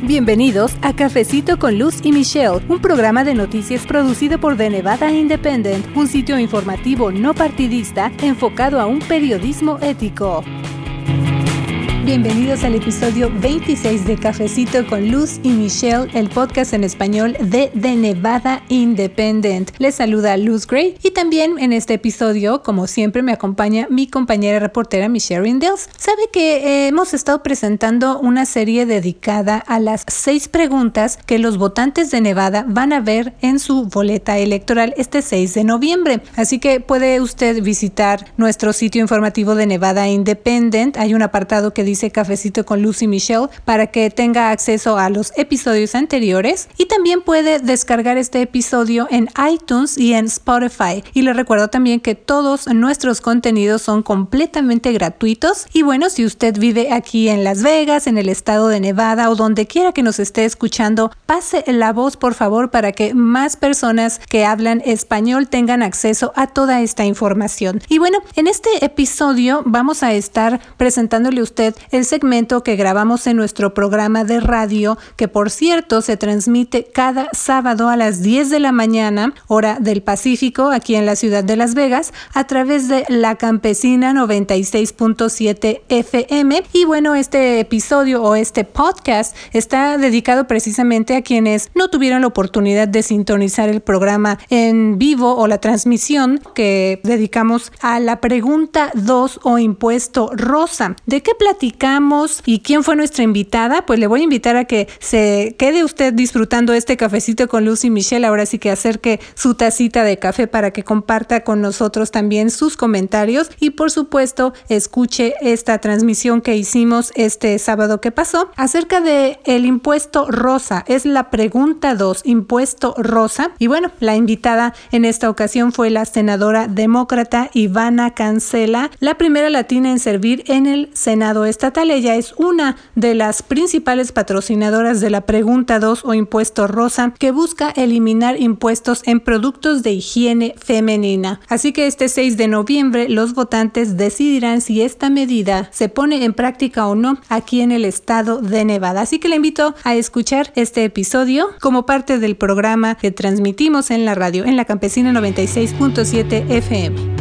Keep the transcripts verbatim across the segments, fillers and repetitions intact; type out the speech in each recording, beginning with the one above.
Bienvenidos a Cafecito con Luz y Michelle, un programa de noticias producido por The Nevada Independent, un sitio informativo no partidista enfocado a un periodismo ético. Bienvenidos al episodio veintiséis de Cafecito con Luz y Michelle, el podcast en español de The Nevada Independent. Les saluda Luz Gray y también en este episodio, como siempre, me acompaña mi compañera reportera Michelle Rindels. Sabe que eh, hemos estado presentando una serie dedicada a las seis preguntas que los votantes de Nevada van a ver en su boleta electoral este seis de noviembre. Así que puede usted visitar nuestro sitio informativo de Nevada Independent. Hay un apartado que dice dice Cafecito con Luz y Michelle para que tenga acceso a los episodios anteriores y también puede descargar este episodio en iTunes y en Spotify. Y les recuerdo también que todos nuestros contenidos son completamente gratuitos y bueno, si usted vive aquí en Las Vegas, en el estado de Nevada o donde quiera que nos esté escuchando, pase la voz por favor para que más personas que hablan español tengan acceso a toda esta información. Y bueno, en este episodio vamos a estar presentándole a usted el segmento que grabamos en nuestro programa de radio, que por cierto se transmite cada sábado a las diez de la mañana, hora del Pacífico, aquí en la ciudad de Las Vegas, a través de La Campesina noventa y seis punto siete F M. Y bueno, este episodio o este podcast está dedicado precisamente a quienes no tuvieron la oportunidad de sintonizar el programa en vivo o la transmisión que dedicamos a la pregunta dos o impuesto rosa. ¿De qué platicamos y quién fue nuestra invitada? Pues le voy a invitar a que se quede usted disfrutando este cafecito con Luz y Michelle. Ahora sí que acerque su tacita de café para que comparta con nosotros también sus comentarios y por supuesto escuche esta transmisión que hicimos este sábado que pasó acerca de el impuesto rosa. Es la pregunta dos, impuesto rosa. Y bueno, la invitada en esta ocasión fue la senadora demócrata Ivana Cancela, la primera latina en servir en el Senado estatal. Ella es una de las principales patrocinadoras de la pregunta dos o impuesto rosa, que busca eliminar impuestos en productos de higiene femenina. Así que este seis de noviembre los votantes decidirán si esta medida se pone en práctica o no aquí en el estado de Nevada. Así que le invito a escuchar este episodio como parte del programa que transmitimos en la radio en La Campesina noventa y seis punto siete F M.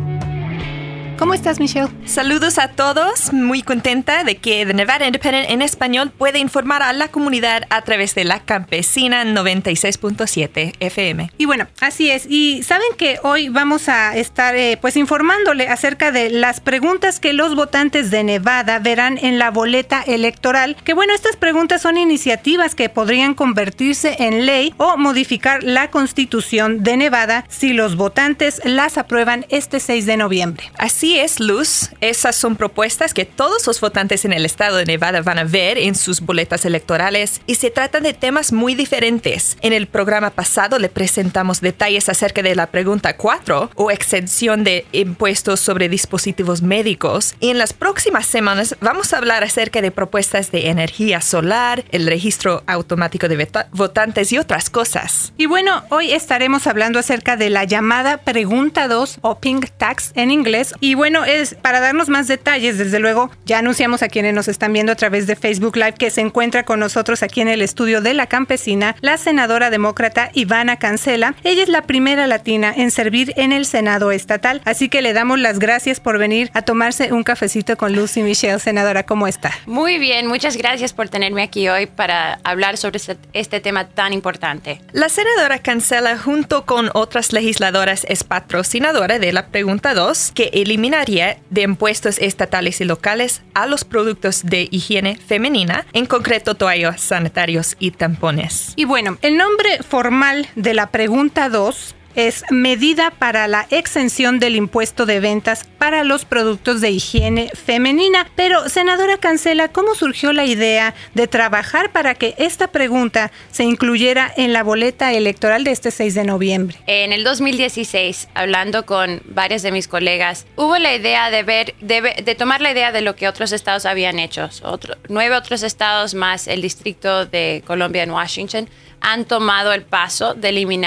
¿Cómo estás, Michelle? Saludos a todos. Muy contenta de que The Nevada Independent en español puede informar a la comunidad a través de La Campesina noventa y seis punto siete F M. Y bueno, así es. Y saben que hoy vamos a estar eh, pues informándole acerca de las preguntas que los votantes de Nevada verán en la boleta electoral. Que bueno, estas preguntas son iniciativas que podrían convertirse en ley o modificar la Constitución de Nevada si los votantes las aprueban este seis de noviembre. Así Así es, Luz. Esas son propuestas que todos los votantes en el estado de Nevada van a ver en sus boletas electorales y se tratan de temas muy diferentes. En el programa pasado le presentamos detalles acerca de la pregunta cuatro o exención de impuestos sobre dispositivos médicos y en las próximas semanas vamos a hablar acerca de propuestas de energía solar, el registro automático de vota- votantes y otras cosas. Y bueno, hoy estaremos hablando acerca de la llamada pregunta dos o pink tax en inglés. Y bueno, es para darnos más detalles, desde luego, ya anunciamos a quienes nos están viendo a través de Facebook Live que se encuentra con nosotros aquí en el estudio de La Campesina, la senadora demócrata Ivana Cancela. Ella es la primera latina en servir en el Senado estatal, así que le damos las gracias por venir a tomarse un cafecito con Luz y Michelle. Senadora, ¿cómo está? Muy bien, muchas gracias por tenerme aquí hoy para hablar sobre este, este tema tan importante. La senadora Cancela, junto con otras legisladoras, es patrocinadora de la pregunta dos, que eliminaría de impuestos estatales y locales a los productos de higiene femenina, en concreto toallas sanitarios y tampones. Y bueno, el nombre formal de la pregunta dos es medida para la exención del impuesto de ventas para los productos de higiene femenina. Pero, senadora Cancela, ¿cómo surgió la idea de trabajar para que esta pregunta se incluyera en la boleta electoral de este seis de noviembre? En el dos mil dieciséis, hablando con varios de mis colegas, hubo la idea de ver, de, de tomar la idea de lo que otros estados habían hecho. Otro, nueve otros estados más el Distrito de Columbia en Washington han tomado el paso de eliminar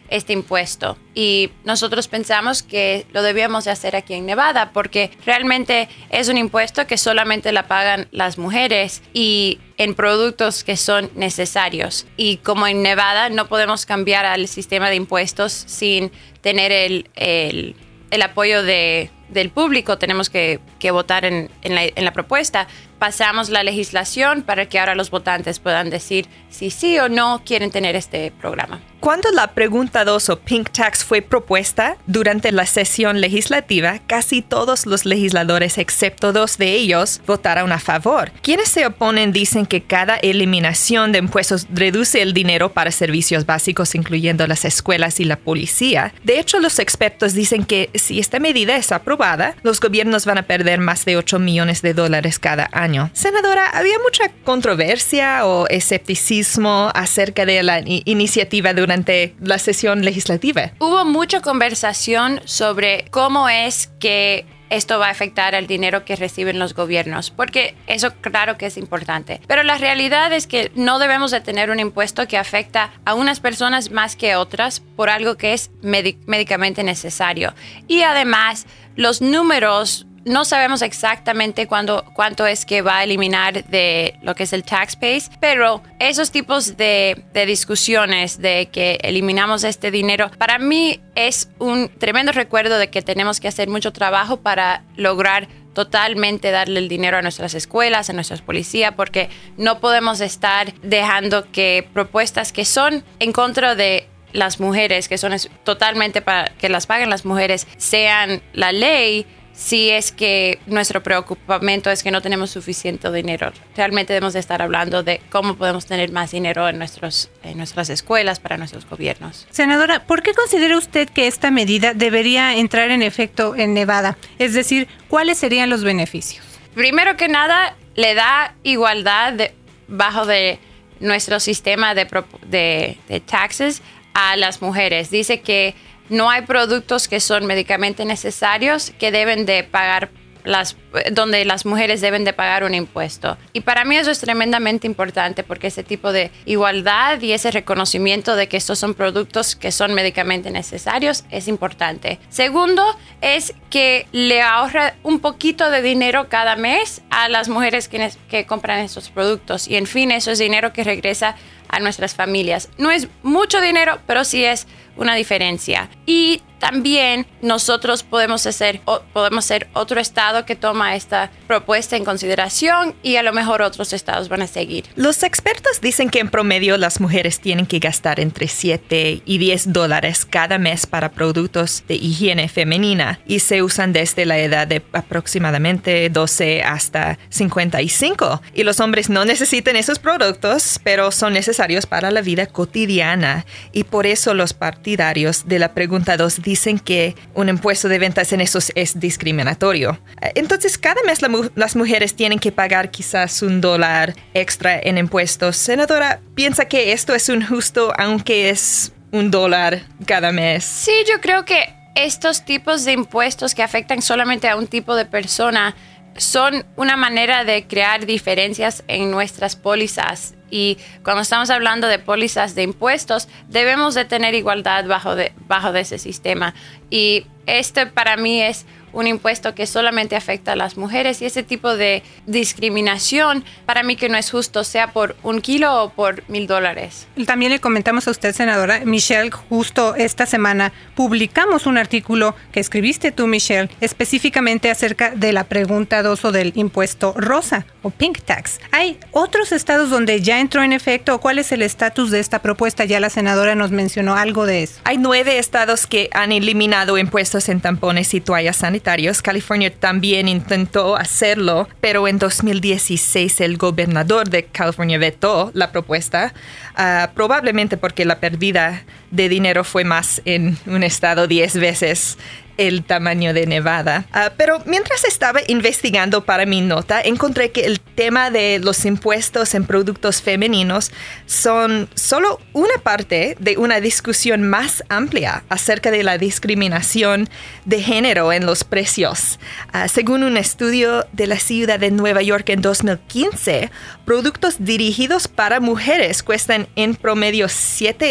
este impuesto. Y nosotros pensamos que lo debíamos de hacer aquí en Nevada porque realmente es un impuesto que solamente la pagan las mujeres y en productos que son necesarios. Y como en Nevada no podemos cambiar al sistema de impuestos sin tener el, el, el apoyo de, del público, tenemos que, que votar en, en, la, en la propuesta. Pasamos la legislación para que ahora los votantes puedan decir si sí o no quieren tener este programa. Cuando la pregunta dos o Pink Tax fue propuesta durante la sesión legislativa, casi todos los legisladores, excepto dos de ellos, votaron a favor. Quienes se oponen dicen que cada eliminación de impuestos reduce el dinero para servicios básicos, incluyendo las escuelas y la policía. De hecho, los expertos dicen que si esta medida es aprobada, los gobiernos van a perder más de ocho millones de dólares cada año. Senadora, ¿había mucha controversia o escepticismo acerca de la i- iniciativa de durante la sesión legislativa? Hubo mucha conversación sobre cómo es que esto va a afectar al dinero que reciben los gobiernos, porque eso claro que es importante. Pero la realidad es que no debemos de tener un impuesto que afecta a unas personas más que otras por algo que es médic- médicamente necesario. Y además, los números no sabemos exactamente cuándo, cuánto es que va a eliminar de lo que es el tax base, pero esos tipos de, de discusiones de que eliminamos este dinero, para mí es un tremendo recuerdo de que tenemos que hacer mucho trabajo para lograr totalmente darle el dinero a nuestras escuelas, a nuestras policías, porque no podemos estar dejando que propuestas que son en contra de las mujeres, que son totalmente para que las paguen las mujeres, sean la ley. Si es que nuestro preocupamiento es que no tenemos suficiente dinero. Realmente debemos de estar hablando de cómo podemos tener más dinero en, nuestros, en nuestras escuelas para nuestros gobiernos. Senadora, ¿por qué considera usted que esta medida debería entrar en efecto en Nevada? Es decir, ¿cuáles serían los beneficios? Primero que nada, le da igualdad de, bajo de nuestro sistema de, de, de taxes a las mujeres. Dice que no hay productos que son médicamente necesarios que deben de pagar las, donde las mujeres deben de pagar un impuesto. Y para mí eso es tremendamente importante porque ese tipo de igualdad y ese reconocimiento de que estos son productos que son médicamente necesarios es importante. Segundo, es que le ahorra un poquito de dinero cada mes a las mujeres que, que compran estos productos. Y en fin, eso es dinero que regresa a nuestras familias. No es mucho dinero, pero sí es una diferencia. Y también nosotros podemos hacer, podemos ser otro estado que toma esta propuesta en consideración y a lo mejor otros estados van a seguir. Los expertos dicen que en promedio las mujeres tienen que gastar entre siete y diez dólares cada mes para productos de higiene femenina y se usan desde la edad de aproximadamente doce hasta cincuenta y cinco. Y los hombres no necesitan esos productos, pero son necesarios para la vida cotidiana y por eso los partidarios de la pregunta dos dicen que un impuesto de ventas en esos es discriminatorio. Entonces, cada mes la mu- las mujeres tienen que pagar quizás un dólar extra en impuestos. Senadora, ¿piensa que esto es injusto aunque es un dólar cada mes? Sí, yo creo que estos tipos de impuestos que afectan solamente a un tipo de persona son una manera de crear diferencias en nuestras pólizas. Y cuando estamos hablando de pólizas de impuestos, debemos de tener igualdad bajo de, bajo de ese sistema. Y este para mí es un impuesto que solamente afecta a las mujeres y ese tipo de discriminación para mí que no es justo, sea por un kilo o por mil dólares. También le comentamos a usted, senadora Michelle, justo esta semana publicamos un artículo que escribiste tú, Michelle, específicamente acerca de la pregunta dos o del impuesto rosa o Pink Tax. ¿Hay otros estados donde ya entró en efecto o cuál es el estatus de esta propuesta? Ya la senadora nos mencionó algo de eso. Hay nueve estados que han eliminado impuestos en tampones y toallas sanitarias. California también intentó hacerlo, pero en dos mil dieciséis el gobernador de California vetó la propuesta, uh, probablemente porque la pérdida de dinero fue más en un estado diez veces el tamaño de Nevada. Uh, pero mientras estaba investigando para mi nota, encontré que el tema de los impuestos en productos femeninos son solo una parte de una discusión más amplia acerca de la discriminación de género en los precios. Uh, según un estudio de la ciudad de Nueva York en dos mil quince, productos dirigidos para mujeres cuestan en promedio siete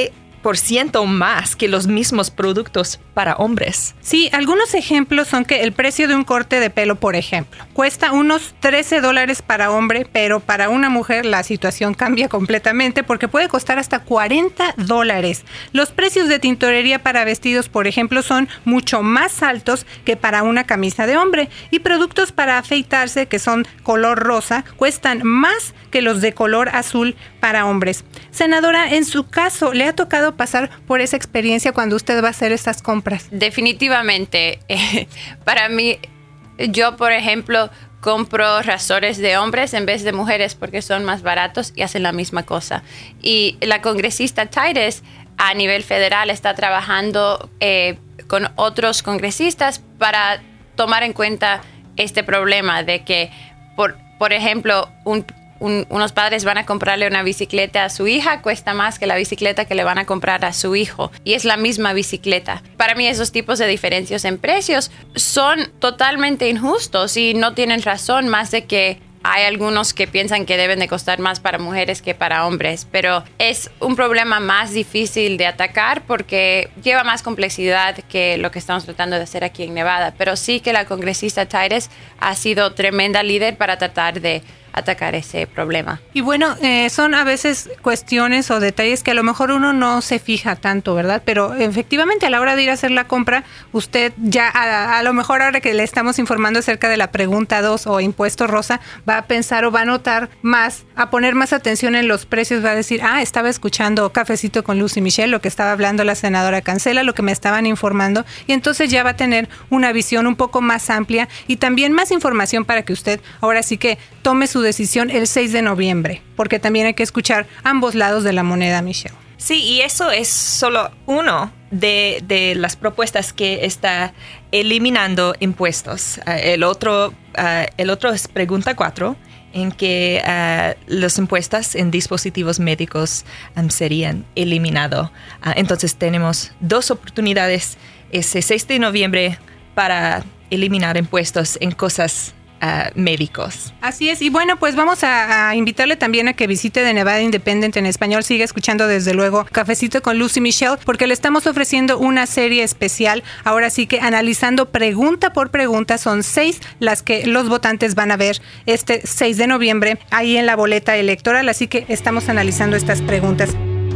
por ciento más que los mismos productos para hombres. Sí, algunos ejemplos son que el precio de un corte de pelo, por ejemplo, cuesta unos trece dólares para hombre, pero para una mujer la situación cambia completamente porque puede costar hasta cuarenta dólares. Los precios de tintorería para vestidos, por ejemplo, son mucho más altos que para una camisa de hombre, y productos para afeitarse que son color rosa cuestan más que los de color azul para hombres. Senadora, en su caso, ¿le ha tocado pasar por esa experiencia cuando usted va a hacer estas compras? Definitivamente. Eh, para mí, yo, por ejemplo, compro rasones de hombres en vez de mujeres porque son más baratos y hacen la misma cosa. Y la congresista Titus a nivel federal está trabajando eh, con otros congresistas para tomar en cuenta este problema de que, por, por ejemplo, un Un, unos padres van a comprarle una bicicleta a su hija, cuesta más que la bicicleta que le van a comprar a su hijo, y es la misma bicicleta. Para mí esos tipos de diferencias en precios son totalmente injustos y no tienen razón, más de que hay algunos que piensan que deben de costar más para mujeres que para hombres, pero es un problema más difícil de atacar porque lleva más complejidad que lo que estamos tratando de hacer aquí en Nevada. Pero sí que la congresista Titus ha sido tremenda líder para tratar de atacar ese problema. Y bueno, eh, son a veces cuestiones o detalles que a lo mejor uno no se fija tanto, ¿verdad? Pero efectivamente a la hora de ir a hacer la compra, usted ya a, a lo mejor ahora que le estamos informando acerca de la pregunta dos o impuesto rosa, va a pensar o va a notar más, a poner más atención en los precios, va a decir, ah, estaba escuchando Cafecito con Luz y Michelle, lo que estaba hablando la senadora Cancela, lo que me estaban informando, y entonces ya va a tener una visión un poco más amplia y también más información para que usted ahora sí que tome su decisión el seis de noviembre, porque también hay que escuchar ambos lados de la moneda, Michelle. Sí, y eso es solo uno de, de las propuestas que está eliminando impuestos. Uh, el otro, uh, el otro es pregunta cuatro, en que uh, los impuestos en dispositivos médicos um, serían eliminados. Uh, entonces tenemos dos oportunidades ese seis de noviembre para eliminar impuestos en cosas Uh, médicos. Así es, y bueno, pues vamos a, a invitarle también a que visite The Nevada Independent en español. Sigue escuchando desde luego Cafecito con Luz y Michelle, porque le estamos ofreciendo una serie especial, ahora sí que analizando pregunta por pregunta. Son seis las que los votantes van a ver este seis de noviembre ahí en la boleta electoral, así que estamos analizando estas preguntas.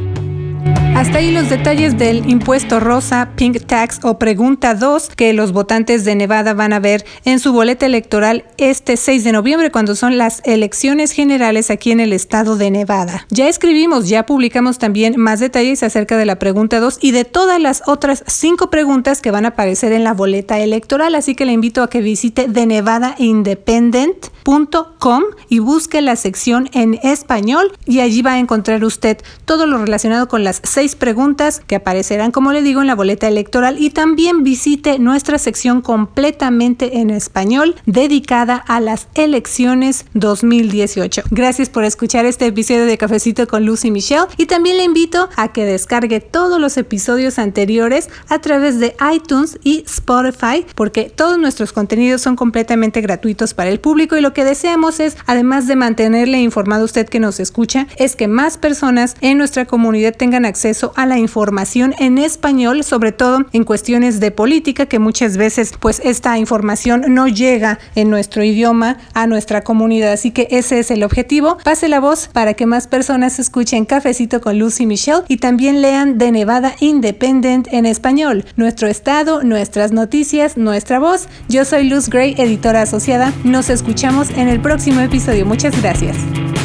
Hasta ahí los detalles del impuesto rosa, Pink Tax o pregunta dos que los votantes de Nevada van a ver en su boleta electoral este seis de noviembre, cuando son las elecciones generales aquí en el estado de Nevada. Ya escribimos, ya publicamos también más detalles acerca de la pregunta dos y de todas las otras cinco preguntas que van a aparecer en la boleta electoral, así que le invito a que visite the nevada independent punto com y busque la sección en español, y allí va a encontrar usted todo lo relacionado con las seis preguntas que aparecerán, como le digo, en la boleta electoral, y también visite nuestra sección completamente en español dedicada a las elecciones dos mil dieciocho. Gracias por escuchar este episodio de Cafecito con Luz y Michelle, y también le invito a que descargue todos los episodios anteriores a través de iTunes y Spotify, porque todos nuestros contenidos son completamente gratuitos para el público, y lo que deseamos es, además de mantenerle informado usted que nos escucha, es que más personas en nuestra comunidad tengan acceso a la información en español, sobre todo en cuestiones de política, que muchas veces pues esta información no llega en nuestro idioma a nuestra comunidad. Así que ese es el objetivo. Pase la voz para que más personas escuchen Cafecito con Luz y Michelle y también lean The Nevada Independent en español. Nuestro estado, nuestras noticias, nuestra voz. Yo soy Luz Gray, editora asociada. Nos escuchamos en el próximo episodio. Muchas gracias.